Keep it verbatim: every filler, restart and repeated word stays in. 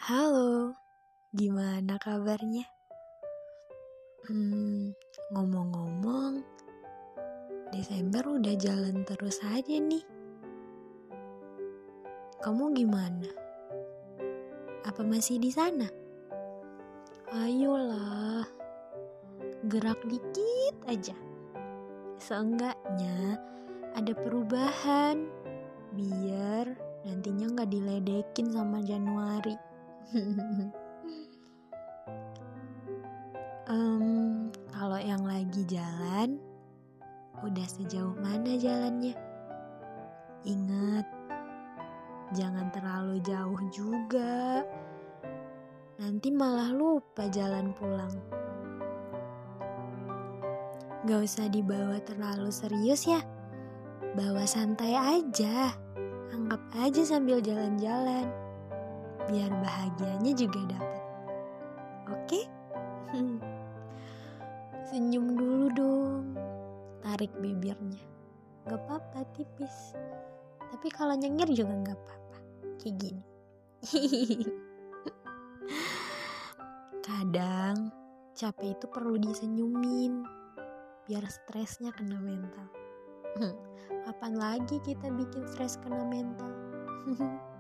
Halo, gimana kabarnya? Hmm, ngomong-ngomong, Desember udah jalan terus aja nih. Kamu gimana? Apa masih di sana? Ayolah, gerak dikit aja. Seenggaknya ada perubahan, biar nantinya nggak diledekin sama Januari. um, Kalau yang lagi jalan, udah sejauh mana jalannya? Ingat, jangan terlalu jauh juga. Nanti malah lupa jalan pulang. Gak usah dibawa terlalu serius ya. Bawa santai aja. Anggap aja sambil jalan-jalan. Biar bahagianya juga dapat. Oke? Senyum dulu dong. Tarik bibirnya. Gak apa-apa, tipis. Tapi kalau nyengir juga gak apa-apa. Kayak gini. Kadang capek itu perlu disenyumin biar stresnya kena mental. Kapan lagi kita bikin stres kena mental?